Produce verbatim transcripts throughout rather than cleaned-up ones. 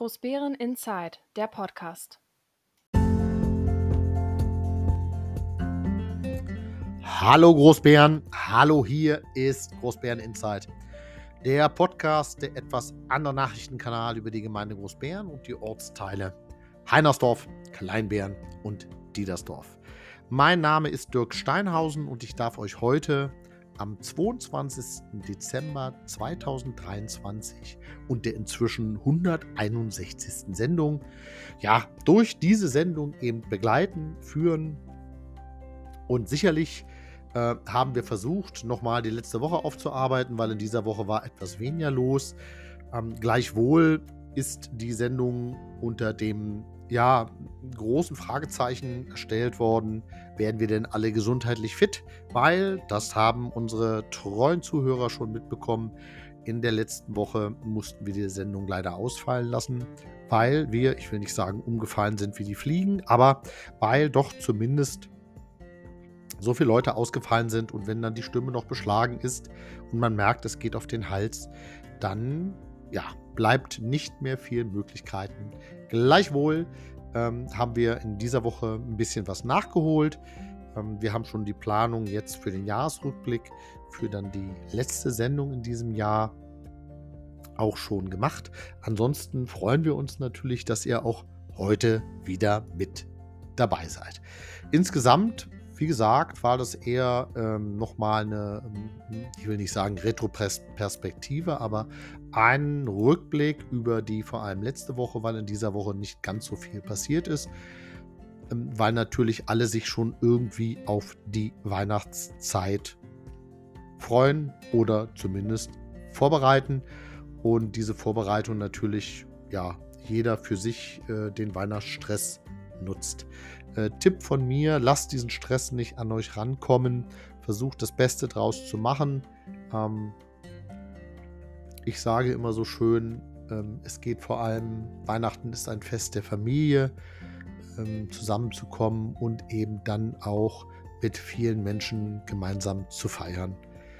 Großbären Inside, der Podcast. Hallo Großbären, hallo, hier ist Großbären Inside, der Podcast, der etwas andere Nachrichtenkanal über die Gemeinde Großbären und die Ortsteile Heinersdorf, Kleinbären und Diedersdorf. Mein Name ist Dirk Steinhausen und ich darf euch heute am zweiundzwanzigsten Dezember zweitausenddreiundzwanzig und der inzwischen hunderteinundsechzigsten Sendung, ja, durch diese Sendung eben begleiten, führen. Und sicherlich äh, haben wir versucht, nochmal die letzte Woche aufzuarbeiten, weil in dieser Woche war etwas weniger los. Ähm, gleichwohl ist die Sendung unter dem ja, großen Fragezeichen erstellt worden: Werden wir denn alle gesundheitlich fit? Weil, das haben unsere treuen Zuhörer schon mitbekommen, in der letzten Woche mussten wir die Sendung leider ausfallen lassen, weil wir, ich will nicht sagen, umgefallen sind wie die Fliegen, aber weil doch zumindest so viele Leute ausgefallen sind, und wenn dann die Stimme noch beschlagen ist und man merkt, es geht auf den Hals, dann ja, bleibt nicht mehr viel Möglichkeiten. Gleichwohl ähm, haben wir in dieser Woche ein bisschen was nachgeholt. Ähm, wir haben schon die Planung jetzt für den Jahresrückblick, für dann die letzte Sendung in diesem Jahr auch schon gemacht. Ansonsten freuen wir uns natürlich, dass ihr auch heute wieder mit dabei seid. Insgesamt, wie gesagt, war das eher ähm, nochmal eine, ich will nicht sagen Retroperspektive, aber ein Rückblick über die vor allem letzte Woche, weil in dieser Woche nicht ganz so viel passiert ist, ähm, weil natürlich alle sich schon irgendwie auf die Weihnachtszeit freuen oder zumindest vorbereiten und diese Vorbereitung natürlich, ja, jeder für sich äh, den Weihnachtsstress nutzt. Äh, Tipp von mir: Lasst diesen Stress nicht an euch rankommen. Versucht das Beste draus zu machen. Ähm, ich sage immer so schön, ähm, es geht vor allem, Weihnachten ist ein Fest der Familie, ähm, zusammenzukommen und eben dann auch mit vielen Menschen gemeinsam zu feiern.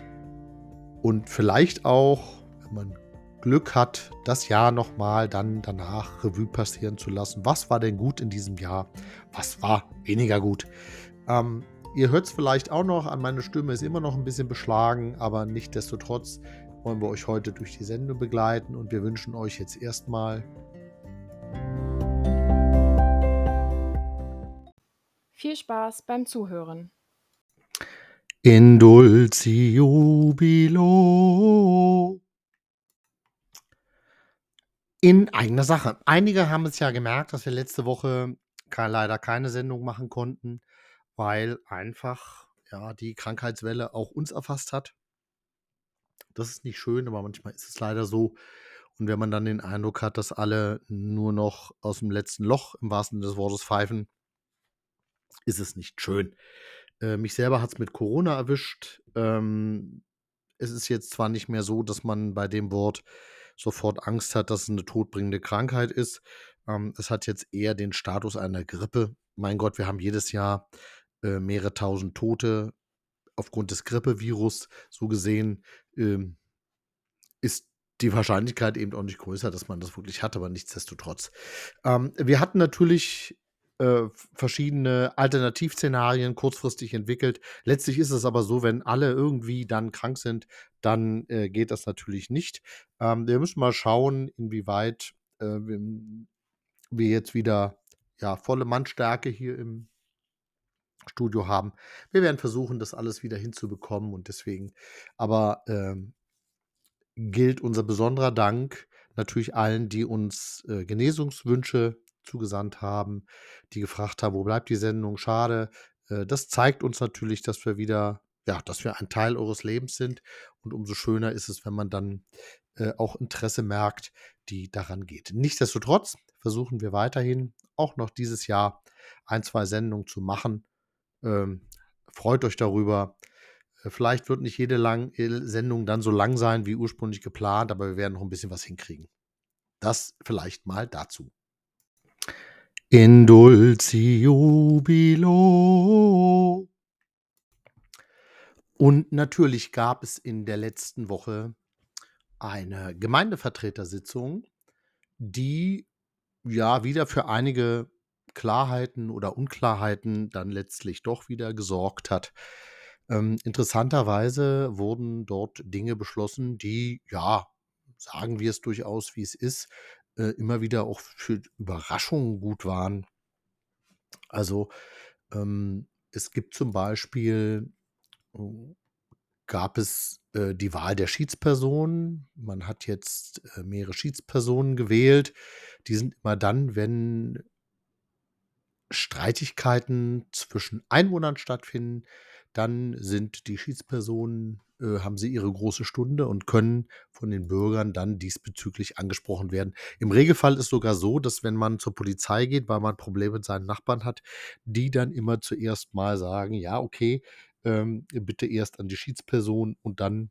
Und vielleicht auch, wenn man Glück hat, das Jahr nochmal dann danach Revue passieren zu lassen. Was war denn gut in diesem Jahr? Was war weniger gut? Ähm, ihr hört es vielleicht auch noch, an meiner Stimme ist immer noch ein bisschen beschlagen, aber nichtsdestotrotz wollen wir euch heute durch die Sendung begleiten und wir wünschen euch jetzt erstmal viel Spaß beim Zuhören. In dulci jubilo. In eigener Sache. Einige haben es ja gemerkt, dass wir letzte Woche ke- leider keine Sendung machen konnten, weil einfach ja, die Krankheitswelle auch uns erfasst hat. Das ist nicht schön, aber manchmal ist es leider so. Und wenn man dann den Eindruck hat, dass alle nur noch aus dem letzten Loch im wahrsten Sinne des Wortes pfeifen, ist es nicht schön. Äh, mich selber hat es mit Corona erwischt. Ähm, es ist jetzt zwar nicht mehr so, dass man bei dem Wort sofort Angst hat, dass es eine todbringende Krankheit ist. Ähm, es hat jetzt eher den Status einer Grippe. Mein Gott, wir haben jedes Jahr äh, mehrere tausend Tote aufgrund des Grippevirus. So gesehen ähm, ist die Wahrscheinlichkeit eben auch nicht größer, dass man das wirklich hat, aber nichtsdestotrotz. Ähm, wir hatten natürlich äh, verschiedene Alternativszenarien kurzfristig entwickelt. Letztlich ist es aber so, wenn alle irgendwie dann krank sind, dann äh, geht das natürlich nicht. Ähm, wir müssen mal schauen, inwieweit äh, wir, wir jetzt wieder ja, volle Mannstärke hier im Studio haben. Wir werden versuchen, das alles wieder hinzubekommen und deswegen, aber ähm, gilt unser besonderer Dank natürlich allen, die uns äh, Genesungswünsche zugesandt haben, die gefragt haben, wo bleibt die Sendung? Schade. Äh, das zeigt uns natürlich, dass wir wieder, ja, dass wir ein Teil eures Lebens sind. Und umso schöner ist es, wenn man dann äh, auch Interesse merkt, die daran geht. Nichtsdestotrotz versuchen wir weiterhin auch noch dieses Jahr ein, zwei Sendungen zu machen. Ähm, freut euch darüber. Äh, Vielleicht wird nicht jede lang äh, Sendung dann so lang sein wie ursprünglich geplant, aber wir werden noch ein bisschen was hinkriegen. Das vielleicht mal dazu. In dulci jubilo. Und natürlich gab es in der letzten Woche eine Gemeindevertretersitzung, die ja, wieder für einige Klarheiten oder Unklarheiten dann letztlich doch wieder gesorgt hat. Ähm, interessanterweise wurden dort Dinge beschlossen, die, ja, sagen wir es durchaus, wie es ist, äh, immer wieder auch für Überraschungen gut waren. Also, ähm, es gibt zum Beispiel hm, gab es, äh, die Wahl der Schiedsperson. Man hat jetzt, äh, mehrere Schiedspersonen gewählt. Die sind immer dann, wenn Streitigkeiten zwischen Einwohnern stattfinden, dann sind die Schiedspersonen äh, haben sie ihre große Stunde und können von den Bürgern dann diesbezüglich angesprochen werden. Im Regelfall ist sogar so, dass wenn man zur Polizei geht, weil man Probleme mit seinen Nachbarn hat, die dann immer zuerst mal sagen: „Ja, okay, ähm, bitte erst an die Schiedsperson“, und dann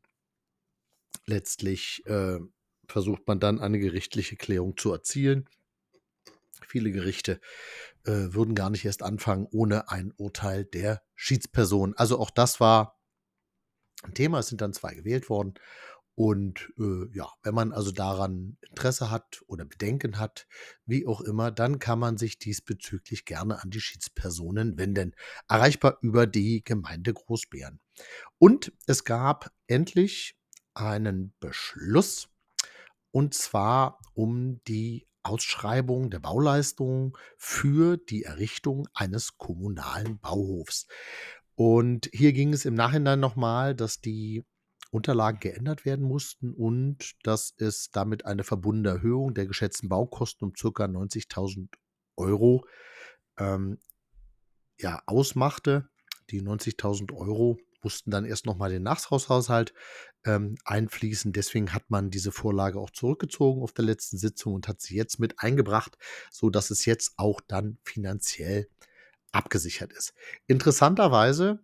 letztlich, äh, versucht man dann eine gerichtliche Klärung zu erzielen. Viele Gerichte, äh, würden gar nicht erst anfangen ohne ein Urteil der Schiedsperson. Also, auch das war 'n Thema. Es sind dann zwei gewählt worden und, äh, ja, wenn man also daran Interesse hat oder Bedenken hat, wie auch immer, dann kann man sich diesbezüglich gerne an die Schiedspersonen wenden. Erreichbar über die Gemeinde Großbeeren. Und es gab endlich einen Beschluss, und zwar um die Ausschreibung der Bauleistung für die Errichtung eines kommunalen Bauhofs. Und hier ging es im Nachhinein noch mal, dass die Unterlagen geändert werden mussten und dass es damit eine verbundene Erhöhung der geschätzten Baukosten um circa neunzigtausend Euro ähm, ja, ausmachte. Die neunzigtausend Euro mussten dann erst noch mal in den Nachtragshaushalt, ähm, einfließen. Deswegen hat man diese Vorlage auch zurückgezogen auf der letzten Sitzung und hat sie jetzt mit eingebracht, sodass es jetzt auch dann finanziell abgesichert ist. Interessanterweise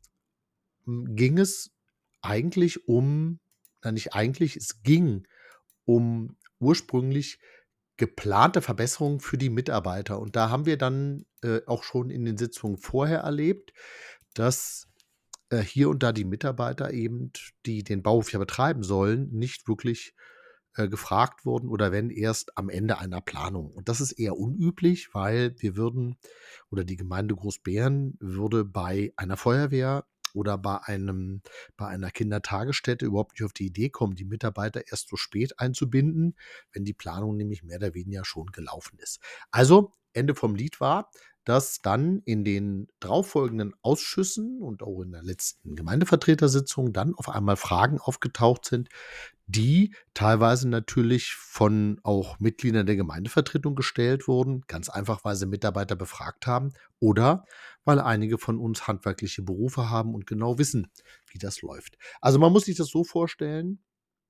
hm, ging es eigentlich um na, nicht eigentlich, es ging um ursprünglich geplante Verbesserungen für die Mitarbeiter. Und da haben wir dann, äh, auch schon in den Sitzungen vorher erlebt, dass, äh, hier und da die Mitarbeiter eben, die den Bauhof ja betreiben sollen, nicht wirklich, äh, gefragt wurden oder wenn erst am Ende einer Planung. Und das ist eher unüblich, weil wir würden oder die Gemeinde Großbeeren würde bei einer Feuerwehr oder bei einem bei einer Kindertagesstätte überhaupt nicht auf die Idee kommen, die Mitarbeiter erst so spät einzubinden, wenn die Planung nämlich mehr oder weniger schon gelaufen ist. Also, Ende vom Lied war, dass dann in den darauffolgenden Ausschüssen und auch in der letzten Gemeindevertretersitzung dann auf einmal Fragen aufgetaucht sind, die teilweise natürlich von auch Mitgliedern der Gemeindevertretung gestellt wurden, ganz einfach, weil sie Mitarbeiter befragt haben oder weil einige von uns handwerkliche Berufe haben und genau wissen, wie das läuft. Also, man muss sich das so vorstellen,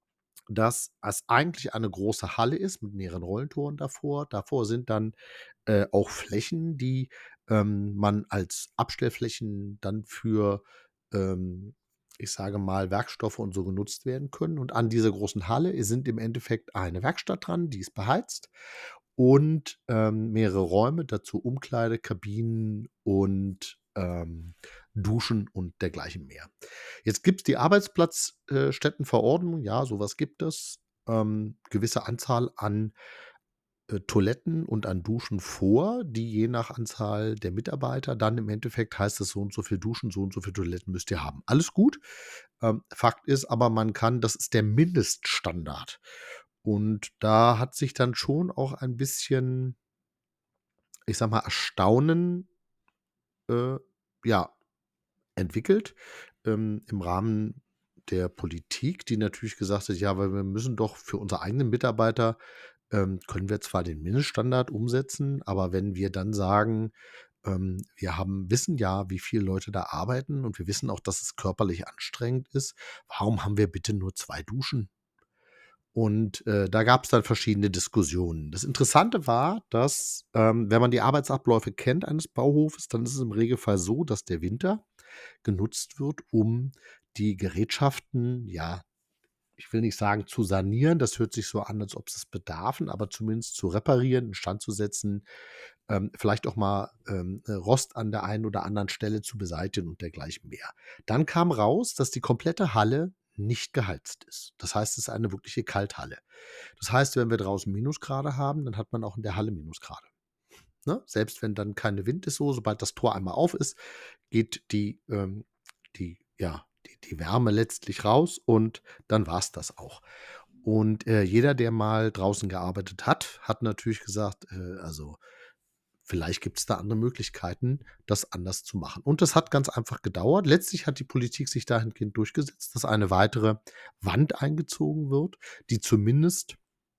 dass es eigentlich eine große Halle ist mit mehreren Rollentoren davor. Davor sind dann, äh, auch Flächen, die, ähm, man als Abstellflächen dann für, ähm, ich sage mal, Werkstoffe und so genutzt werden können. Und an dieser großen Halle sind im Endeffekt eine Werkstatt dran, die ist beheizt und, ähm, mehrere Räume, dazu Umkleidekabinen und, ähm, Duschen und dergleichen mehr. Jetzt gibt's die Arbeitsplatz äh, Stättenverordnung, ja, sowas gibt es. Ähm, gewisse Anzahl an, äh, Toiletten und an Duschen vor, die je nach Anzahl der Mitarbeiter dann im Endeffekt heißt es so und so viel Duschen, so und so viel Toiletten müsst ihr haben. Alles gut. Ähm, Fakt ist aber, man kann das ist der Mindeststandard. Und da hat sich dann schon auch ein bisschen, ich sage mal, Erstaunen, äh, ja, entwickelt, ähm, im Rahmen der Politik, die natürlich gesagt hat: „Ja, weil wir müssen doch für unsere eigenen Mitarbeiter ähm, können wir zwar den Mindeststandard umsetzen, aber wenn wir dann sagen, ähm, wir haben wissen ja, wie viele Leute da arbeiten und wir wissen auch, dass es körperlich anstrengend ist, warum haben wir bitte nur zwei Duschen?“ Und, äh, da gab's dann verschiedene Diskussionen. Das Interessante war, dass, ähm, wenn man die Arbeitsabläufe kennt eines Bauhofes, dann ist es im Regelfall so, dass der Winter genutzt wird, um die Gerätschaften, ja, ich will nicht sagen zu sanieren, das hört sich so an, als ob es bedarfen, aber zumindest zu reparieren, instand zu setzen, ähm, vielleicht auch mal, ähm, äh, Rost an der einen oder anderen Stelle zu beseitigen und dergleichen mehr. Dann kam raus, dass die komplette Halle nicht geheizt ist. Das heißt, es ist eine wirkliche Kalthalle. Das heißt, wenn wir draußen Minusgrade haben, dann hat man auch in der Halle Minusgrade, ne? Selbst wenn dann keine Wind ist so, sobald das Tor einmal auf ist, geht die, ähm die ja, die die Wärme letztlich raus und dann war's das auch. Und, äh, jeder, der mal draußen gearbeitet hat, hat natürlich gesagt, äh, also, vielleicht gibt's da andere Möglichkeiten, das anders zu machen. Und das hat ganz einfach gedauert. Letztlich hat die Politik sich dahingehend durchgesetzt, dass eine weitere Wand eingezogen wird, die zumindest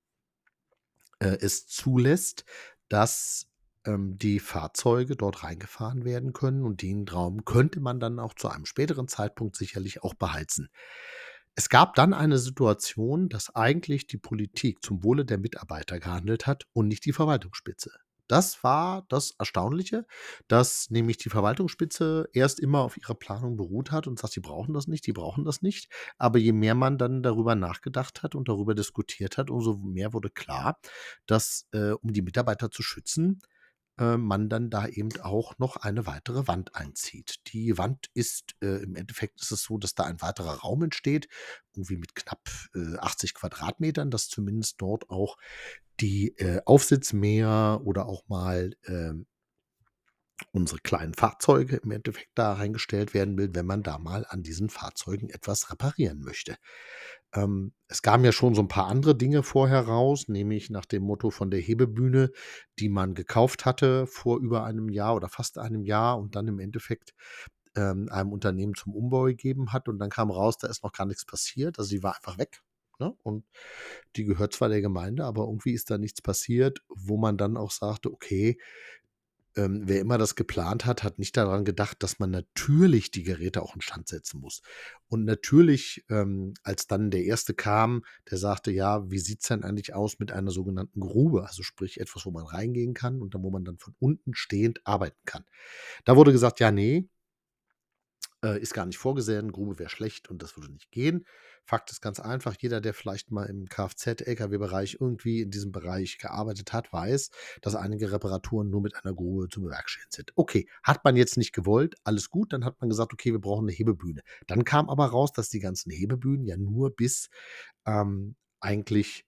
äh, es zulässt, dass, ähm, die Fahrzeuge dort reingefahren werden können und den Raum könnte man dann auch zu einem späteren Zeitpunkt sicherlich auch beheizen. Es gab dann eine Situation, dass eigentlich die Politik zum Wohle der Mitarbeiter gehandelt hat und nicht die Verwaltungsspitze. Das war das Erstaunliche, dass nämlich die Verwaltungsspitze erst immer auf ihrer Planung beruht hat und sagt: „Die brauchen das nicht, die brauchen das nicht.“ Aber je mehr man dann darüber nachgedacht hat und darüber diskutiert hat, umso mehr wurde klar, dass, äh, um die Mitarbeiter zu schützen, äh, man dann da eben auch noch eine weitere Wand einzieht. Die Wand ist äh, im Endeffekt ist es so, dass da ein weiterer Raum entsteht, irgendwie mit knapp, äh, achtzig Quadratmetern, dass zumindest dort auch die, äh, Aufsitzmäher oder auch mal, ähm unsere kleinen Fahrzeuge im Endeffekt da reingestellt werden will, wenn man da mal an diesen Fahrzeugen etwas reparieren möchte. Ähm, es kamen ja schon so 'n paar andere Dinge vorher raus, nämlich nach dem Motto von der Hebebühne, die man gekauft hatte vor über einem Jahr oder fast einem Jahr und dann im Endeffekt, ähm, einem Unternehmen zum Umbau gegeben hat. Und dann kam raus, da ist noch gar nix passiert. Also, die war einfach weg, ne? Und die gehört zwar der Gemeinde, aber irgendwie ist da nichts passiert, wo man dann auch sagte: „Okay, ähm, wer immer das geplant hat, hat nicht daran gedacht, dass man natürlich die Geräte auch instand setzen muss.“ Und natürlich, ähm, als dann der Erste kam, der sagte: „Ja, wie sieht's denn eigentlich aus mit einer sogenannten Grube?“ Also, sprich etwas, wo man reingehen kann und dann wo man dann von unten stehend arbeiten kann. Da wurde gesagt: „Ja, ne“ äh, ist gar nicht vorgesehen, Grube wäre schlecht und das würde nicht gehen. Fakt ist ganz einfach, jeder, der vielleicht mal im Kfz, L K W-Bereich irgendwie in diesem Bereich gearbeitet hat, weiß, dass einige Reparaturen nur mit einer Grube zu bewerkstelligen sind. Okay, hat man jetzt nicht gewollt, alles gut, dann hat man gesagt: „Okay, wir brauchen 'ne Hebebühne.“ Dann kam aber raus, dass die ganzen Hebebühnen ja nur bis, ähm, eigentlich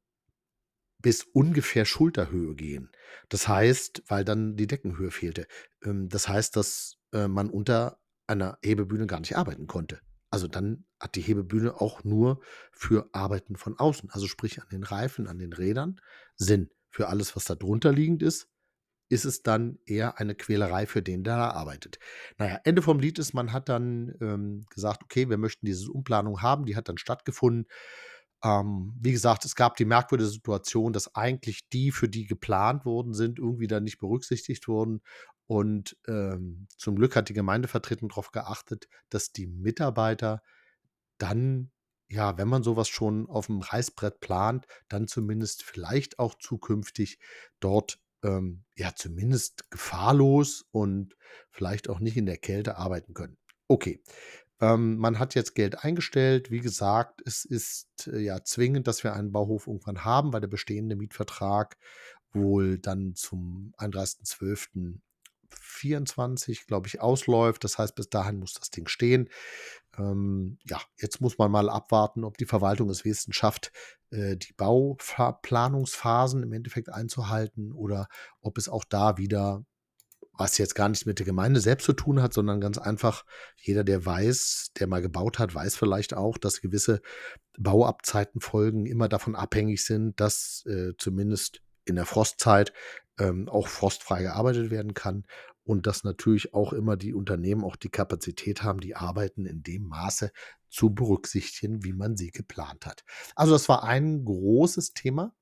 bis ungefähr Schulterhöhe gehen. Das heißt, weil dann die Deckenhöhe fehlte. Ähm, das heißt, dass, äh, man unter einer Hebebühne gar nicht arbeiten konnte. Also, dann hat die Hebebühne auch nur für Arbeiten von außen, also sprich an den Reifen, an den Rädern, Sinn. Für alles, was da drunter liegend ist, ist es dann eher eine Quälerei für den, der da arbeitet. Na ja, Ende vom Lied ist, man hat dann, ähm, gesagt: „Okay, wir möchten diese Umplanung haben.“ Die hat dann stattgefunden. Ähm, wie gesagt, es gab die merkwürdige Situation, dass eigentlich die, für die geplant worden sind, irgendwie dann nicht berücksichtigt wurden. Und, ähm, zum Glück hat die Gemeindevertretung drauf geachtet, dass die Mitarbeiter dann ja, wenn man so was schon auf'm Reißbrett plant, dann zumindest vielleicht auch zukünftig dort, ähm, ja, zumindest gefahrlos und vielleicht auch nicht in der Kälte arbeiten können. Okay, ähm, man hat jetzt Geld eingestellt. Wie gesagt, es ist, äh, ja zwingend, dass wir einen Bauhof irgendwann haben, weil der bestehende Mietvertrag wohl dann zum einunddreißigsten zwölften vierundzwanzig, glaube ich, ausläuft. Das heißt, bis dahin muss das Ding stehen. Ähm, ja, jetzt muss man mal abwarten, ob die Verwaltung es wenigstens schafft, äh, die Baufa Planungsphasen im Endeffekt einzuhalten oder ob es auch da wieder was jetzt gar nichts mit der Gemeinde selbst zu tun hat, sondern ganz einfach jeder, der weiß der mal gebaut hat, weiß vielleicht auch, dass gewisse Bauabzeitenfolgen immer davon abhängig sind, dass, äh, zumindest in der Frostzeit, ähm, auch frostfrei gearbeitet werden kann und dass natürlich auch immer die Unternehmen auch die Kapazität haben, die Arbeiten in dem Maße zu berücksichtigen, wie man sie geplant hat. Also, das war ein großes Thema.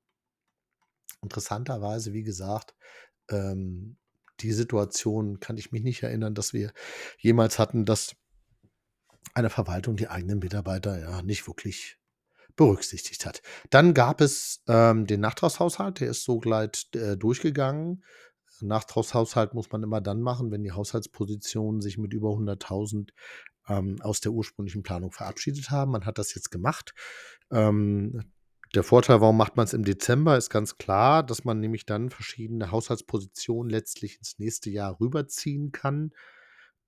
Interessanterweise, wie gesagt, ähm, die Situation kann ich mich nicht erinnern, dass wir jemals hatten, dass eine Verwaltung die eigenen Mitarbeiter, ja, nicht wirklich berücksichtigt hat. Dann gab es, ähm, den Nachtragshaushalt, der ist soweit, äh, durchgegangen. Nachtragshaushalt muss man immer dann machen, wenn die Haushaltspositionen sich mit über hunderttausend, ähm, aus der ursprünglichen Planung verabschiedet haben. Man hat das jetzt gemacht. Ähm, der Vorteil, warum macht man's im Dezember, ist ganz klar, dass man nämlich dann verschiedene Haushaltspositionen letztlich ins nächste Jahr rüberziehen kann.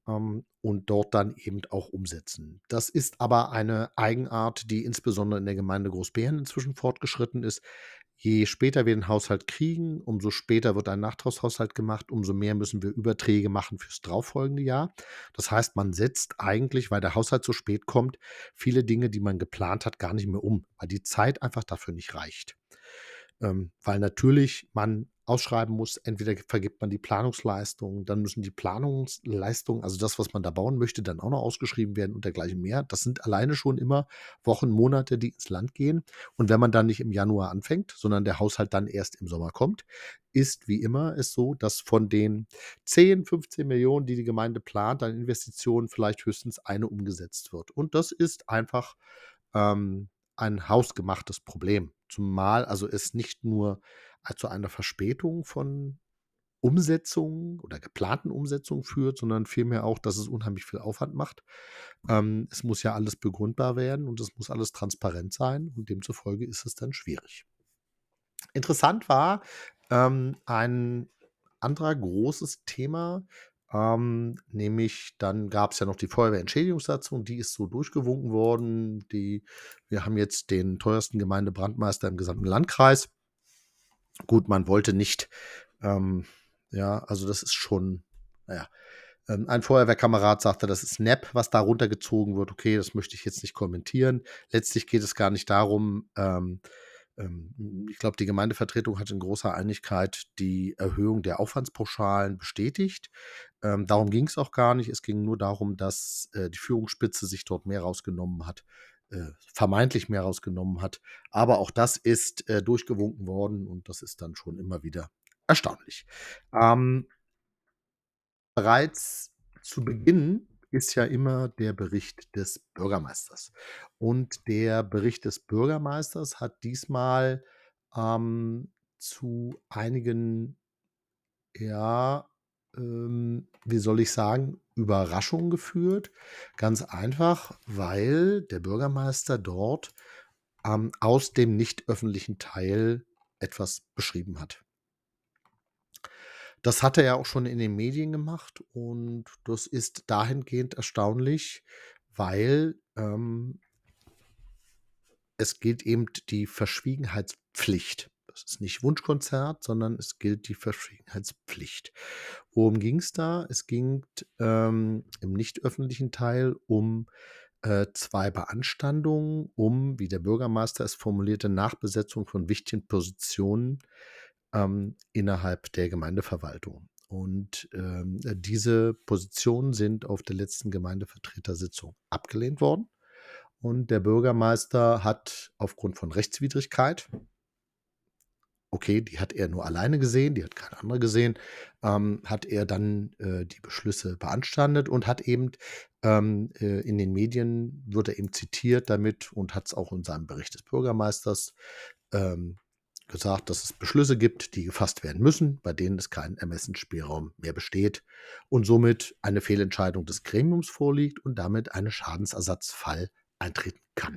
ähm, und dort dann eben auch umsetzen. Das ist aber eine Eigenart, die insbesondere in der Gemeinde Großbeeren inzwischen fortgeschritten ist. Je später wir den Haushalt kriegen, umso später wird ein Nachtragshaushalt gemacht, umso mehr müssen wir Überträge machen fürs darauffolgende Jahr. Das heißt, man setzt eigentlich, weil der Haushalt so spät kommt, viele Dinge, die man geplant hat, gar nicht mehr um, weil die Zeit einfach dafür nicht reicht. Ähm, weil natürlich man ausschreiben muss, entweder vergibt man die Planungsleistung, dann müssen die Planungsleistungen, also das, was man da bauen möchte, dann auch noch ausgeschrieben werden und dergleichen mehr. Das sind alleine schon immer Wochen, Monate, die ins Land gehen. Und wenn man dann nicht im Januar anfängt, sondern der Haushalt dann erst im Sommer kommt, ist wie immer es so, dass von den zehn, fünfzehn Millionen, die die Gemeinde plant an Investitionen, vielleicht höchstens eine umgesetzt wird. Und das ist einfach ähm, ein hausgemachtes Problem. Zumal also es nicht nur äh, zu einer Verspätung von Umsetzungen oder geplanten Umsetzungen führt, sondern vielmehr auch, dass es unheimlich viel Aufwand macht. Ähm, es muss ja alles begründbar werden und es muss alles transparent sein und demzufolge ist es dann schwierig. Interessant war, ähm, ein anderer großes Thema, ähm, nämlich dann gab es ja noch die Feuerwehrentschädigungssatzung, die ist so durchgewunken worden. Die wir haben jetzt den teuersten Gemeindebrandmeister im gesamten Landkreis. Gut, man wollte nicht, ähm, ja, also das ist schon, naja, ähm, ein Feuerwehrkamerad sagte, das ist Nap, was da runtergezogen wird. Okay, das möchte ich jetzt nicht kommentieren. Letztlich geht es gar nicht darum, ähm, ähm, ich glaube, die Gemeindevertretung hat in großer Einigkeit die Erhöhung der Aufwandspauschalen bestätigt. Ähm, darum ging es auch gar nicht. Es ging nur darum, dass äh, die Führungsspitze sich dort mehr rausgenommen hat, äh, vermeintlich mehr rausgenommen hat. Aber auch das ist äh, durchgewunken worden und das ist dann schon immer wieder erstaunlich. Ähm, Bereits zu Beginn ist ja immer der Bericht des Bürgermeisters. Und der Bericht des Bürgermeisters hat diesmal, ähm, zu einigen, ja, ähm, wie soll ich sagen, Überraschungen geführt. Ganz einfach, weil der Bürgermeister dort, ähm, aus dem nicht öffentlichen Teil etwas beschrieben hat. Das hat er ja auch schon in den Medien gemacht und das ist dahingehend erstaunlich, weil, ähm, es gilt eben die Verschwiegenheitspflicht. Das ist nicht Wunschkonzert, sondern es gilt die Verschwiegenheitspflicht. Worum ging's da? Es ging, ähm, im nicht öffentlichen Teil um, äh, zwei Beanstandungen, um, wie der Bürgermeister es formulierte, Nachbesetzung von wichtigen Positionen, ähm, innerhalb der Gemeindeverwaltung. Und, ähm, äh, diese Positionen sind auf der letzten Gemeindevertretersitzung abgelehnt worden. Und der Bürgermeister hat aufgrund von Rechtswidrigkeit, okay, die hat er nur alleine gesehen, die hat kein anderer gesehen, ähm, hat er dann, äh, die Beschlüsse beanstandet und hat eben, ähm, äh, in den Medien wird er eben zitiert damit und hat es auch in seinem Bericht des Bürgermeisters, ähm, gesagt, dass es Beschlüsse gibt, die gefasst werden müssen, bei denen es kein Ermessensspielraum mehr besteht und somit eine Fehlentscheidung des Gremiums vorliegt und damit ein Schadensersatzfall eintreten kann.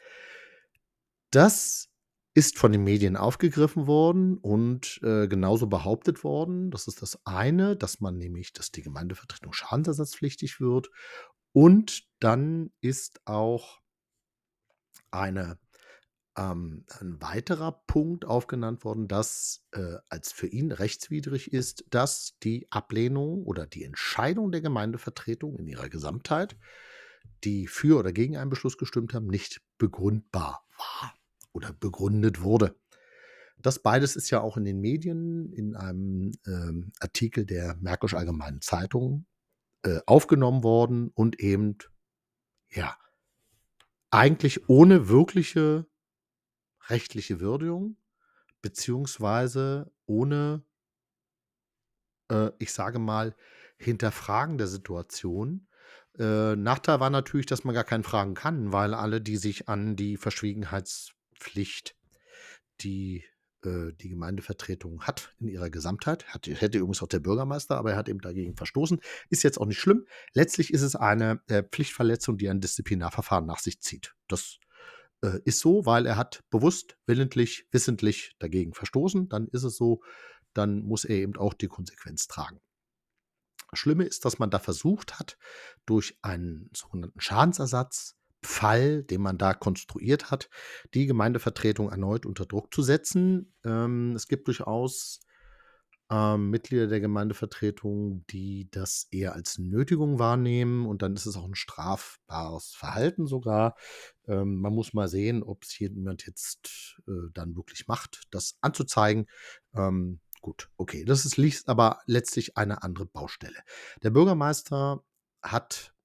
Das ist von den Medien aufgegriffen worden und, äh, genauso behauptet worden. Das ist das eine, dass man nämlich dass die Gemeindevertretung schadensersatzpflichtig wird. Und dann ist auch eine ähm, ein weiterer Punkt aufgenannt worden, dass, äh, als für ihn rechtswidrig ist, dass die Ablehnung oder die Entscheidung der Gemeindevertretung in ihrer Gesamtheit, die für oder gegen einen Beschluss gestimmt haben, nicht begründbar war oder begründet wurde. Das beides ist ja auch in den Medien in einem, ähm, Artikel der Märkischen Allgemeinen Zeitung, äh, aufgenommen worden und eben, ja, eigentlich ohne wirkliche rechtliche Würdigung, beziehungsweise ohne, äh, ich sage mal, Hinterfragen der Situation. Äh, Nachteil war natürlich, dass man gar keinen fragen kann, weil alle, die sich an die Verschwiegenheitspflicht, die äh, die Gemeindevertretung hat in ihrer Gesamtheit, hat hätte übrigens auch der Bürgermeister, aber er hat eben dagegen verstoßen. Ist jetzt auch nicht schlimm. Letztlich ist es eine, äh, Pflichtverletzung, die ein Disziplinarverfahren nach sich zieht. Das äh, ist so, weil er hat bewusst, willentlich, wissentlich dagegen verstoßen. Dann ist es so, dann muss er eben auch die Konsequenz tragen. Das Schlimme ist, dass man da versucht hat, durch einen sogenannten Schadensersatzpfall, den man da konstruiert hat, die Gemeindevertretung erneut unter Druck zu setzen. Ähm, es gibt durchaus ähm, Mitglieder der Gemeindevertretung, die das eher als Nötigung wahrnehmen und dann ist es auch ein strafbares Verhalten sogar. Ähm, man muss mal sehen, ob es jemand jetzt äh, dann wirklich macht, das anzuzeigen. Ähm, gut, okay, das ist liegt aber letztlich eine andere Baustelle. Der Bürgermeister hat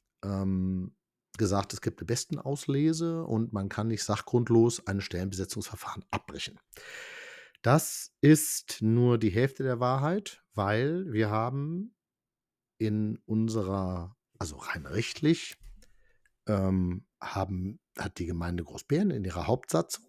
ähm, gesagt, es gibt eine Bestenauslese und man kann nicht sachgrundlos ein Stellenbesetzungsverfahren abbrechen. Das ist nur die Hälfte der Wahrheit, weil wir haben in unserer also rein rechtlich, ähm, haben hat die Gemeinde Großbeeren in ihrer Hauptsatzung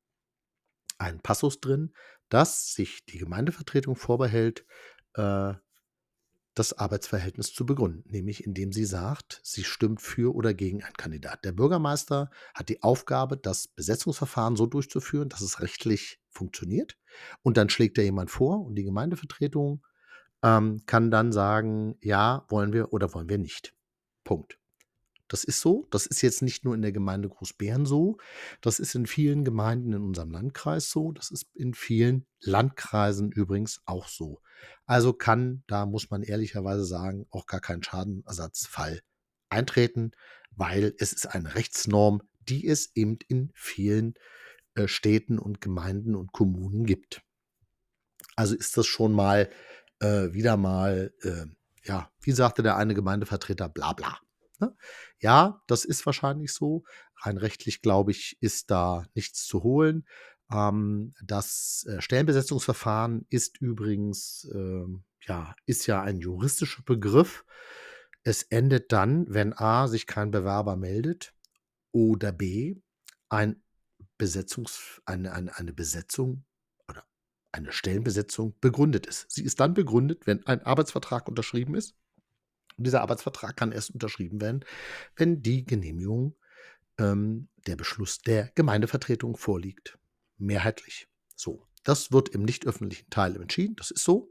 einen Passus drin, dass sich die Gemeindevertretung vorbehält, äh das Arbeitsverhältnis zu begründen, nämlich indem sie sagt, sie stimmt für oder gegen einen Kandidat. Der Bürgermeister hat die Aufgabe, das Besetzungsverfahren so durchzuführen, dass es rechtlich funktioniert. Und dann schlägt er jemand vor und die Gemeindevertretung ähm, kann dann sagen, ja, wollen wir oder wollen wir nicht. Punkt. Das ist so. Das ist jetzt nicht nur in der Gemeinde Großbeeren so. Das ist in vielen Gemeinden in unserem Landkreis so. Das ist in vielen Landkreisen übrigens auch so. Also kann, da muss man ehrlicherweise sagen, auch gar kein Schadenersatzfall eintreten, weil es ist eine Rechtsnorm, die es eben in vielen äh, Städten und Gemeinden und Kommunen gibt. Also ist das schon mal äh, wieder mal, äh, ja, wie sagte der eine Gemeindevertreter, bla bla. Ne? Ja, das ist wahrscheinlich so. Rein rechtlich, glaube ich, ist da nichts zu holen. Ähm, das äh, Stellenbesetzungsverfahren ist übrigens, ähm, ja, ist ja ein juristischer Begriff. Es endet dann, wenn A, sich kein Bewerber meldet oder B, ein Besetzungs eine eine eine Besetzung oder eine Stellenbesetzung begründet ist. Sie ist dann begründet, wenn ein Arbeitsvertrag unterschrieben ist. Und dieser Arbeitsvertrag kann erst unterschrieben werden, wenn die Genehmigung, ähm, der Beschluss der Gemeindevertretung vorliegt. Mehrheitlich. So. Das wird im nicht öffentlichen Teil entschieden. Das ist so.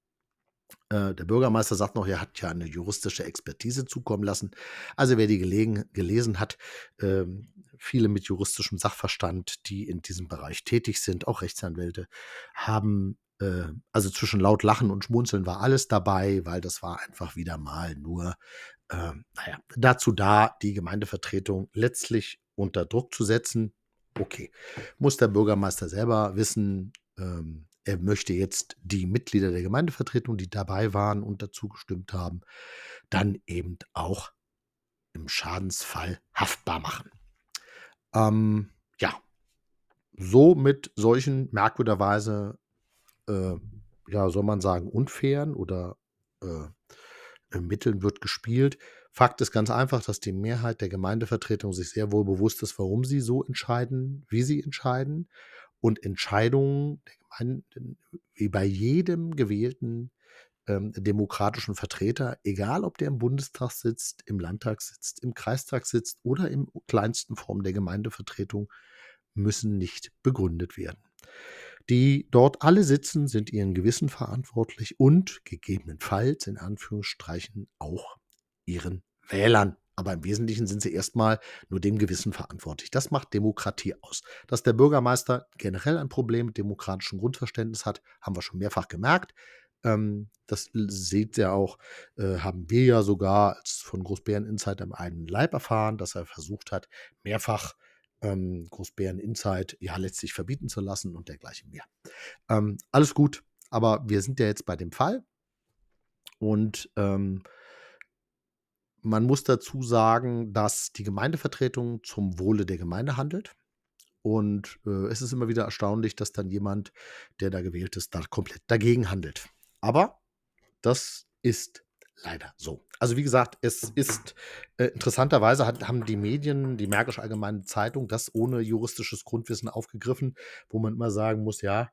Äh, der Bürgermeister sagt noch, er hat ja eine juristische Expertise zukommen lassen. Also wer die gelegen, gelesen hat, ähm, viele mit juristischem Sachverstand, die in diesem Bereich tätig sind, auch Rechtsanwälte, haben, äh, also zwischen laut Lachen und Schmunzeln war alles dabei, weil das war einfach wieder mal nur, äh, naja, dazu da, die Gemeindevertretung letztlich unter Druck zu setzen. Okay, muss der Bürgermeister selber wissen, ähm, er möchte jetzt die Mitglieder der Gemeindevertretung, die dabei waren und dazu gestimmt haben, dann eben auch im Schadensfall haftbar machen. Ähm, ja, so mit solchen merkwürdigerweise, äh, ja, soll man sagen, unfairen oder äh, äh, Mitteln wird gespielt. Fakt ist ganz einfach, dass die Mehrheit der Gemeindevertretung sich sehr wohl bewusst ist, warum sie so entscheiden, wie sie entscheiden. Und Entscheidungen der Gemeinden, wie bei jedem gewählten ähm, demokratischen Vertreter, egal ob der im Bundestag sitzt, im Landtag sitzt, im Kreistag sitzt oder in kleinsten Form der Gemeindevertretung, müssen nicht begründet werden. Die dort alle sitzen, sind ihren Gewissen verantwortlich und gegebenenfalls in Anführungsstrichen auch ihren Wählern. Aber im Wesentlichen sind sie erstmal nur dem Gewissen verantwortlich. Das macht Demokratie aus. Dass der Bürgermeister generell ein Problem mit demokratischem Grundverständnis hat, haben wir schon mehrfach gemerkt. Ähm, das seht ihr auch, äh, haben wir ja sogar als von Großbären Insight am eigenen Leib erfahren, dass er versucht hat, mehrfach ähm, Großbären Insight ja letztlich verbieten zu lassen und dergleichen mehr. Ähm, alles gut, aber wir sind ja jetzt bei dem Fall und ähm, man muss dazu sagen, dass die Gemeindevertretung zum Wohle der Gemeinde handelt. Und äh, es ist immer wieder erstaunlich, dass dann jemand, der da gewählt ist, da komplett dagegen handelt. Aber das ist leider so. Also wie gesagt, es ist äh, interessanterweise hat, haben die Medien, die Märkische Allgemeine Zeitung, das ohne juristisches Grundwissen aufgegriffen, wo man immer sagen muss, ja,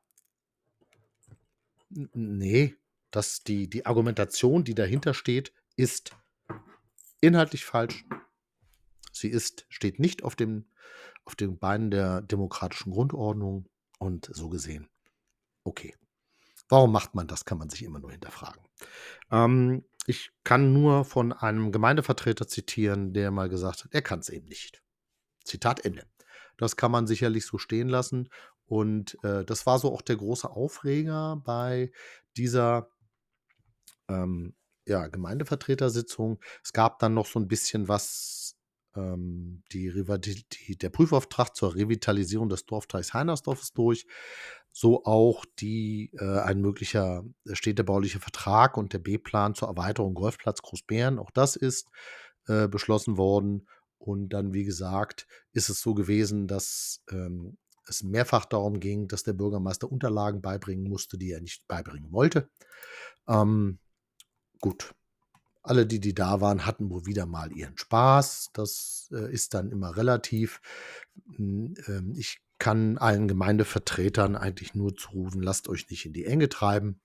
n- nee, dass die, die Argumentation, die dahinter steht, ist inhaltlich falsch. Sie ist, steht nicht auf dem, auf den Beinen der demokratischen Grundordnung und so gesehen, okay. Warum macht man das, kann man sich immer nur hinterfragen. Ähm, Ich kann nur von einem Gemeindevertreter zitieren, der mal gesagt hat, er kann es eben nicht. Zitat Ende. Das kann man sicherlich so stehen lassen. Und äh, das war so auch der große Aufreger bei dieser ähm, ja, Gemeindevertretersitzung. Es gab dann noch so ein bisschen was, ähm, die Rivali die der Prüfauftrag zur Revitalisierung des Dorfteils Heinersdorf ist durch, so auch die äh, ein möglicher äh, städtebaulicher Vertrag und der B-Plan zur Erweiterung Golfplatz Großbären. Auch das ist äh, beschlossen worden. Und dann, wie gesagt, ist es so gewesen, dass ähm, es mehrfach darum ging, dass der Bürgermeister Unterlagen beibringen musste, die er nicht beibringen wollte. Ähm, Gut, alle, die, die da waren, hatten wohl wieder mal ihren Spaß. Das äh, ist dann immer relativ. Hm, ähm, ich kann allen Gemeindevertretern eigentlich nur zurufen, lasst euch nicht in die Enge treiben.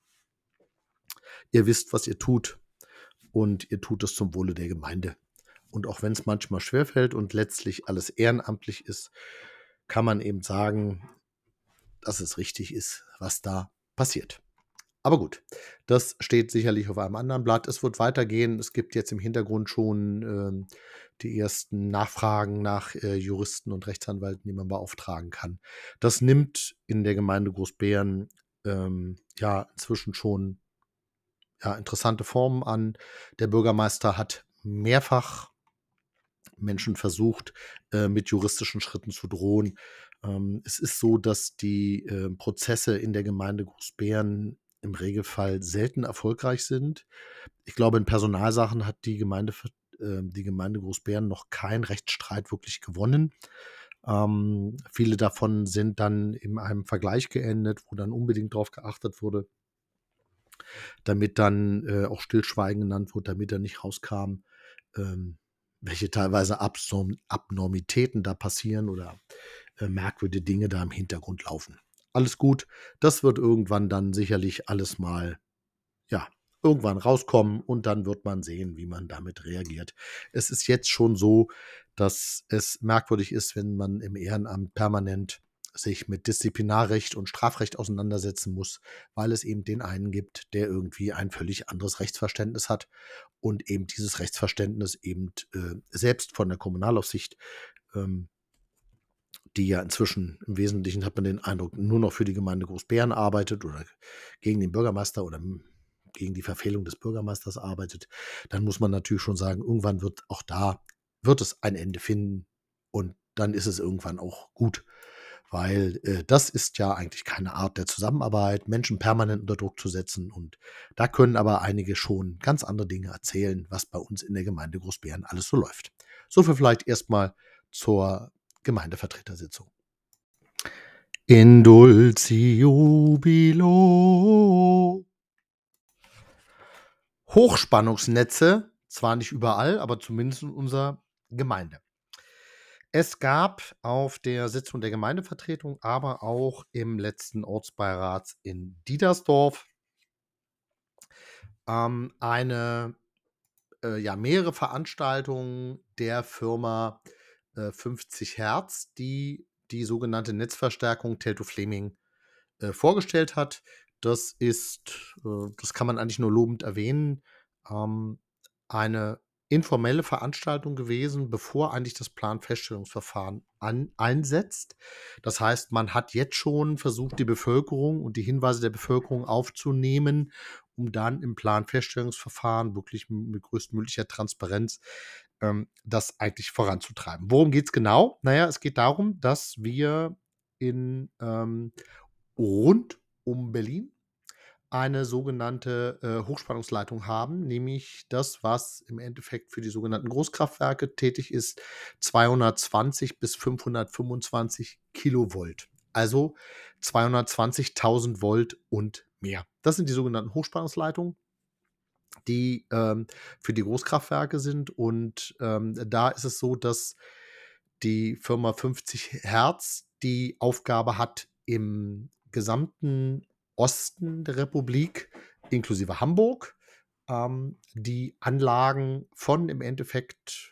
Ihr wisst, was ihr tut und ihr tut es zum Wohle der Gemeinde. Und auch wenn es manchmal schwerfällt und letztlich alles ehrenamtlich ist, kann man eben sagen, dass es richtig ist, was da passiert. Aber gut, das steht sicherlich auf einem anderen Blatt. Es wird weitergehen. Es gibt jetzt im Hintergrund schon ähm, die ersten Nachfragen nach äh, Juristen und Rechtsanwälten, die man beauftragen kann. Das nimmt in der Gemeinde Großbären ähm, ja inzwischen schon ja, interessante Formen an. Der Bürgermeister hat mehrfach Menschen versucht, äh, mit juristischen Schritten zu drohen. Ähm, es ist so, dass die äh, Prozesse in der Gemeinde Großbären im Regelfall selten erfolgreich sind. Ich glaube, in Personalsachen hat die Gemeinde, äh, die Gemeinde Großbären noch keinen Rechtsstreit wirklich gewonnen. Ähm, viele davon sind dann in einem Vergleich geendet, wo dann unbedingt darauf geachtet wurde, damit dann äh, auch Stillschweigen genannt wurde, damit da nicht rauskam, ähm, welche teilweise Abnorm Abnormitäten da passieren oder äh, merkwürdige Dinge da im Hintergrund laufen. Alles gut, das wird irgendwann dann sicherlich alles mal, ja, irgendwann rauskommen und dann wird man sehen, wie man damit reagiert. Es ist jetzt schon so, dass es merkwürdig ist, wenn man im Ehrenamt permanent sich mit Disziplinarrecht und Strafrecht auseinandersetzen muss, weil es eben den einen gibt, der irgendwie ein völlig anderes Rechtsverständnis hat und eben dieses Rechtsverständnis eben äh, selbst von der Kommunalaufsicht, ähm, die ja inzwischen im Wesentlichen, hat man den Eindruck, nur noch für die Gemeinde Großbären arbeitet oder gegen den Bürgermeister oder gegen die Verfehlung des Bürgermeisters arbeitet, dann muss man natürlich schon sagen, irgendwann wird auch da, wird es ein Ende finden und dann ist es irgendwann auch gut. Weil äh, das ist ja eigentlich keine Art der Zusammenarbeit, Menschen permanent unter Druck zu setzen. Und da können aber einige schon ganz andere Dinge erzählen, was bei uns in der Gemeinde Großbären alles so läuft. So viel vielleicht erstmal zur Gemeindevertretersitzung. In dulci jubilo. Hochspannungsnetze, zwar nicht überall, aber zumindest in unserer Gemeinde. Es gab auf der Sitzung der Gemeindevertretung, aber auch im letzten Ortsbeirat in Diedersdorf ähm, eine, äh, ja, mehrere Veranstaltungen der Firma äh, fünfzig Hertz, die die sogenannte Netzverstärkung Teltow-Fleming äh, vorgestellt hat. Das ist, äh, das kann man eigentlich nur lobend erwähnen, ähm, eine informelle Veranstaltung gewesen, bevor eigentlich das Planfeststellungsverfahren an, einsetzt. Das heißt, man hat jetzt schon versucht, die Bevölkerung und die Hinweise der Bevölkerung aufzunehmen, um dann im Planfeststellungsverfahren wirklich mit größtmöglicher Transparenz ähm, das eigentlich voranzutreiben. Worum geht es genau? Naja, es geht darum, dass wir in ähm, rund um Berlin eine sogenannte äh, Hochspannungsleitung haben, nämlich das, was im Endeffekt für die sogenannten Großkraftwerke tätig ist, zweihundertzwanzig bis fünfhundertfünfundzwanzig Kilovolt, also zweihundertzwanzigtausend Volt und mehr. Das sind die sogenannten Hochspannungsleitungen, die ähm, für die Großkraftwerke sind. Und ähm, da ist es so, dass die Firma fünfzig Hertz die Aufgabe hat, im gesamten Osten der Republik, inklusive Hamburg, ähm, die Anlagen von im Endeffekt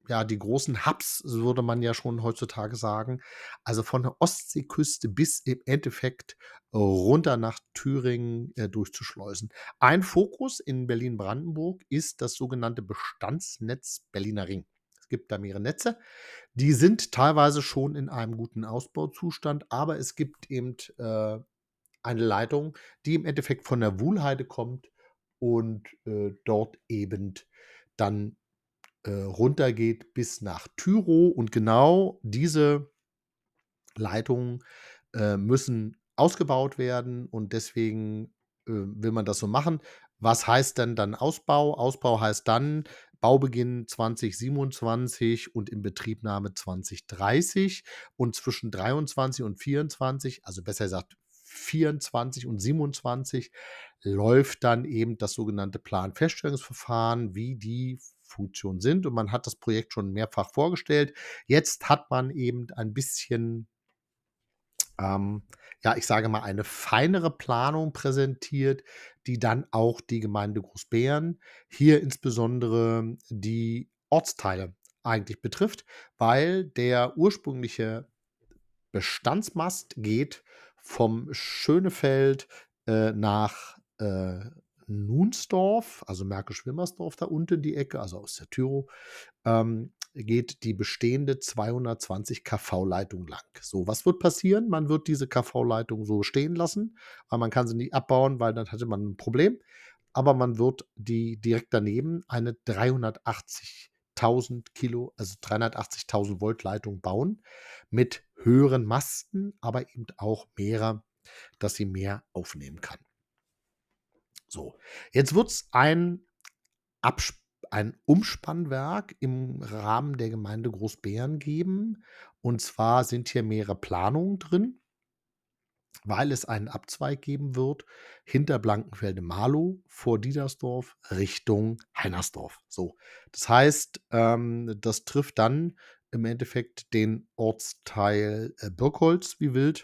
ja, die großen Hubs, so würde man ja schon heutzutage sagen. Also von der Ostseeküste bis im Endeffekt runter nach Thüringen, äh, durchzuschleusen. Ein Fokus in Berlin-Brandenburg ist das sogenannte Bestandsnetz Berliner Ring. Es gibt da mehrere Netze. Die sind teilweise schon in einem guten Ausbauzustand, aber es gibt eben, äh, eine Leitung, die im Endeffekt von der Wuhlheide kommt und, äh, dort eben dann, äh, runtergeht bis nach Tyrow. Und genau diese Leitungen, äh, müssen ausgebaut werden und deswegen, äh, will man das so machen. Was heißt denn dann Ausbau? Ausbau heißt dann Baubeginn zwanzig siebenundzwanzig und Inbetriebnahme zwanzig dreißig und zwischen dreiundzwanzig und vierundzwanzig, also besser gesagt vierundzwanzig und siebenundzwanzig, läuft dann eben das sogenannte Planfeststellungsverfahren, wie die Funktionen sind, und man hat das Projekt schon mehrfach vorgestellt. Jetzt hat man eben ein bisschen ähm, ja, ich sage mal, eine feinere Planung präsentiert, die dann auch die Gemeinde Großbeeren, hier insbesondere die Ortsteile eigentlich betrifft, weil der ursprüngliche Bestandsmast geht vom Schönefeld, äh, nach, äh, Nunsdorf, also Märkisch-Wilmersdorf da unten die Ecke, also aus der Tyrow, ähm, geht die bestehende zweihundertzwanzig kV-Leitung lang. So, was wird passieren? Man wird diese kV-Leitung so stehen lassen, weil man kann sie nicht abbauen, weil dann hätte man ein Problem. Aber man wird die direkt daneben eine dreihundertachtzigtausend Kilo, also dreihundertachtzigtausend Volt Leitung bauen mit höheren Masten, aber eben auch mehrer, dass sie mehr aufnehmen kann. So, jetzt wird's ein Absp ein Umspannwerk im Rahmen der Gemeinde Großbeeren geben. Und zwar sind hier mehrere Planungen drin, weil es einen Abzweig geben wird hinter Blankenfelde-Marlow vor Diedersdorf Richtung Heinersdorf. So, das heißt, ähm, das trifft dann im Endeffekt den Ortsteil, äh, Birkholz wie wild.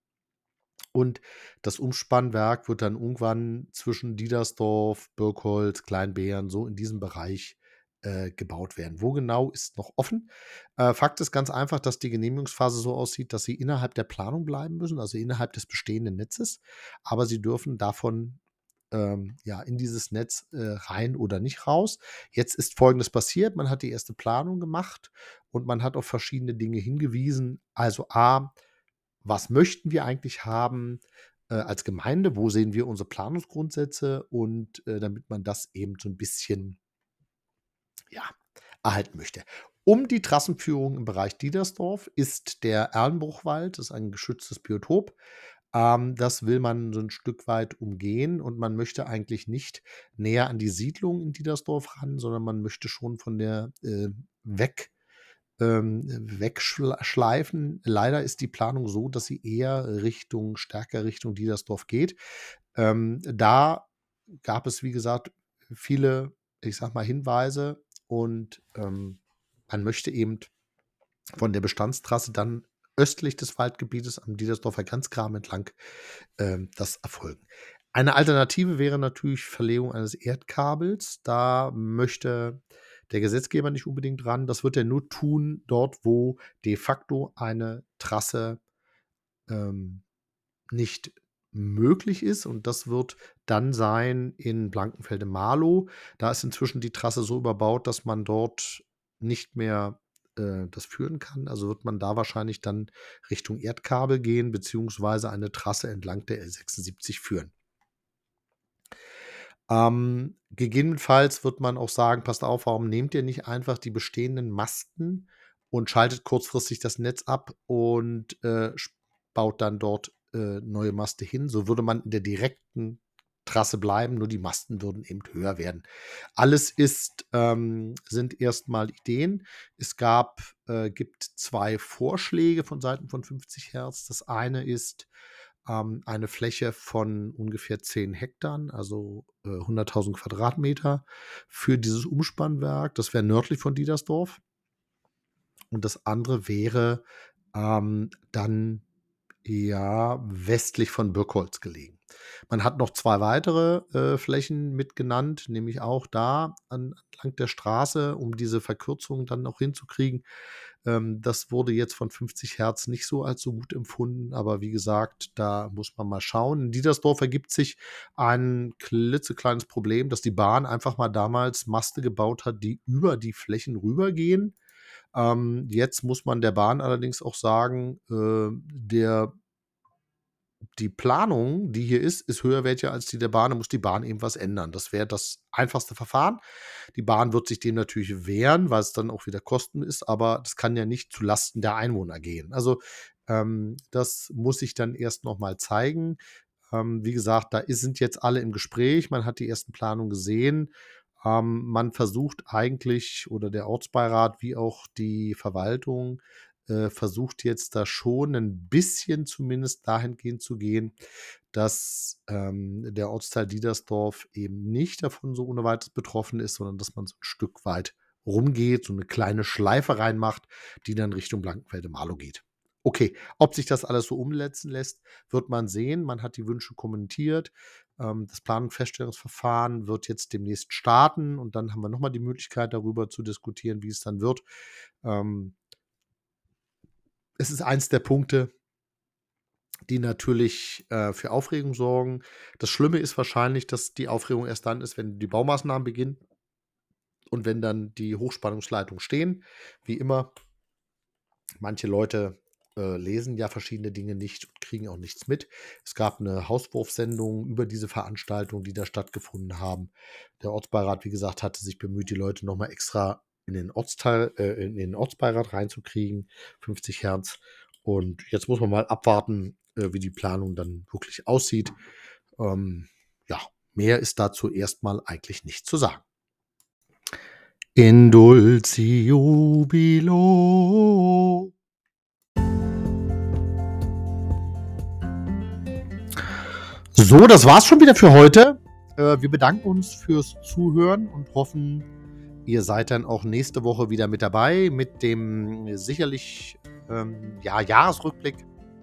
Und das Umspannwerk wird dann irgendwann zwischen Diedersdorf, Birkholz, Kleinbeeren, so in diesem Bereich, äh, gebaut werden. Wo genau, ist noch offen. Äh, Fakt ist ganz einfach, dass die Genehmigungsphase so aussieht, dass sie innerhalb der Planung bleiben müssen, also innerhalb des bestehenden Netzes, aber sie dürfen davon, ähm, ja, in dieses Netz, äh, rein oder nicht raus. Jetzt ist Folgendes passiert: Man hat die erste Planung gemacht und man hat auf verschiedene Dinge hingewiesen. Also A, was möchten wir eigentlich haben, äh, als Gemeinde? Wo sehen wir unsere Planungsgrundsätze? Und, äh, damit man das eben so ein bisschen, ja, erhalten möchte. Um die Trassenführung im Bereich Diedersdorf ist der Erlenbruchwald, das ist ein geschütztes Biotop. Ähm, das will man so ein Stück weit umgehen und man möchte eigentlich nicht näher an die Siedlung in Diedersdorf ran, sondern man möchte schon von der, äh, weg ähm, wegschleifen. Leider ist die Planung so, dass sie eher Richtung stärker Richtung Diedersdorf geht. Ähm, da gab es, wie gesagt, viele, ich sage mal, Hinweise und, ähm, man möchte eben von der Bestandstrasse dann östlich des Waldgebietes am Diedersdorfer Grenzgraben entlang, ähm, das erfolgen. Eine Alternative wäre natürlich Verlegung eines Erdkabels. Da möchte der Gesetzgeber nicht unbedingt ran. Das wird er nur tun dort, wo de facto eine Trasse, ähm, nicht möglich ist, und das wird dann sein in Blankenfelde-Marlow. Da ist inzwischen die Trasse so überbaut, dass man dort nicht mehr, äh, das führen kann. Also wird man da wahrscheinlich dann Richtung Erdkabel gehen, beziehungsweise eine Trasse entlang der L sechsundsiebzig führen. Ähm, gegebenenfalls wird man auch sagen: „Passt auf, warum nehmt ihr nicht einfach die bestehenden Masten und schaltet kurzfristig das Netz ab und, äh, sch baut dann dort, äh, neue Maste hin?“ So würde man in der direkten Trasse bleiben, nur die Masten würden eben höher werden. Alles ist ähm, sind erstmal Ideen. Es gab äh, gibt zwei Vorschläge von Seiten von fünfzig Hertz. Das eine ist, ähm, eine Fläche von ungefähr zehn Hektar, also, äh, hunderttausend Quadratmeter für dieses Umspannwerk. Das wäre nördlich von Diedersdorf. Und das andere wäre, ähm, dann ja westlich von Birkholz gelegen. Man hat noch zwei weitere, äh, Flächen mit genannt, nämlich auch da an entlang der Straße, um diese Verkürzung dann noch hinzukriegen. Ähm, das wurde jetzt von fünfzig Hertz nicht so als so gut empfunden, aber wie gesagt, da muss man mal schauen. In Diedersdorf ergibt sich ein klitzekleines Problem, dass die Bahn einfach mal damals Maste gebaut hat, die über die Flächen rübergehen. Ähm, jetzt muss man der Bahn allerdings auch sagen, äh, der die Planung, die hier ist, ist höherwertiger als die der Bahn. Da muss die Bahn eben was ändern. Das wäre das einfachste Verfahren. Die Bahn wird sich dem natürlich wehren, weil es dann auch wieder Kosten ist, aber das kann ja nicht zu Lasten der Einwohner gehen. Also, ähm, das muss sich dann erst noch mal zeigen. Ähm, wie gesagt, da ist sind jetzt alle im Gespräch. Man hat die ersten Planungen gesehen. Ähm, man versucht eigentlich oder der Ortsbeirat wie auch die Verwaltung, äh, versucht jetzt da schon ein bisschen zumindest dahingehend zu gehen, dass, ähm, der Ortsteil Diedersdorf eben nicht davon so ohne Weiteres betroffen ist, sondern dass man so ein Stück weit rumgeht, so eine kleine Schleife reinmacht, die dann Richtung Blankenfelde-Marlow geht. Okay, ob sich das alles so umsetzen lässt, wird man sehen. Man hat die Wünsche kommentiert. Ähm, das Planungsfeststellungsverfahren wird jetzt demnächst starten und dann haben wir noch mal die Möglichkeit, darüber zu diskutieren, wie es dann wird. Ähm Es ist eins der Punkte, die natürlich, äh, für Aufregung sorgen. Das Schlimme ist wahrscheinlich, dass die Aufregung erst dann ist, wenn die Baumaßnahmen beginnen und wenn dann die Hochspannungsleitungen stehen. Wie immer, manche Leute, äh, lesen ja verschiedene Dinge nicht und kriegen auch nichts mit. Es gab eine Hauswurfsendung über diese Veranstaltungen, die da stattgefunden haben. Der Ortsbeirat, wie gesagt, hatte sich bemüht, die Leute noch mal extra in den Ortsteil äh, in den Ortsbeirat reinzukriegen, fünfzig Hertz. Und jetzt muss man mal abwarten, äh, wie die Planung dann wirklich aussieht. Ähm, ja, mehr ist dazu erstmal eigentlich nicht zu sagen. In dulci jubilo. So, das war's schon wieder für heute. Äh, wir bedanken uns fürs Zuhören und hoffen, ihr seid dann auch nächste Woche wieder mit dabei mit dem sicherlich ähm, ja, Jahresrückblick.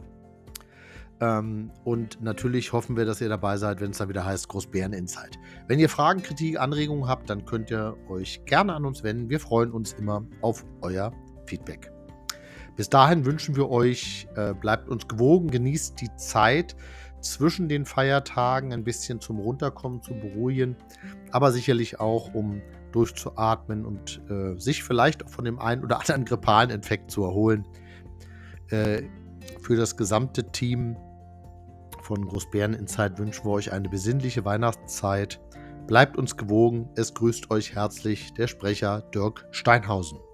Ähm, und natürlich hoffen wir, dass ihr dabei seid, wenn es dann wieder heißt Großbären Insight. Wenn ihr Fragen, Kritik, Anregungen habt, dann könnt ihr euch gerne an uns wenden. Wir freuen uns immer auf euer Feedback. Bis dahin wünschen wir euch, äh, bleibt uns gewogen, genießt die Zeit zwischen den Feiertagen ein bisschen zum Runterkommen, zu beruhigen, aber sicherlich auch, um durchzuatmen und äh, sich vielleicht auch von dem einen oder anderen grippalen Infekt zu erholen. Äh, für das gesamte Team von Großbären Insight wünschen wir euch eine besinnliche Weihnachtszeit. Bleibt uns gewogen. Es grüßt euch herzlich der Sprecher Dirk Steinhausen.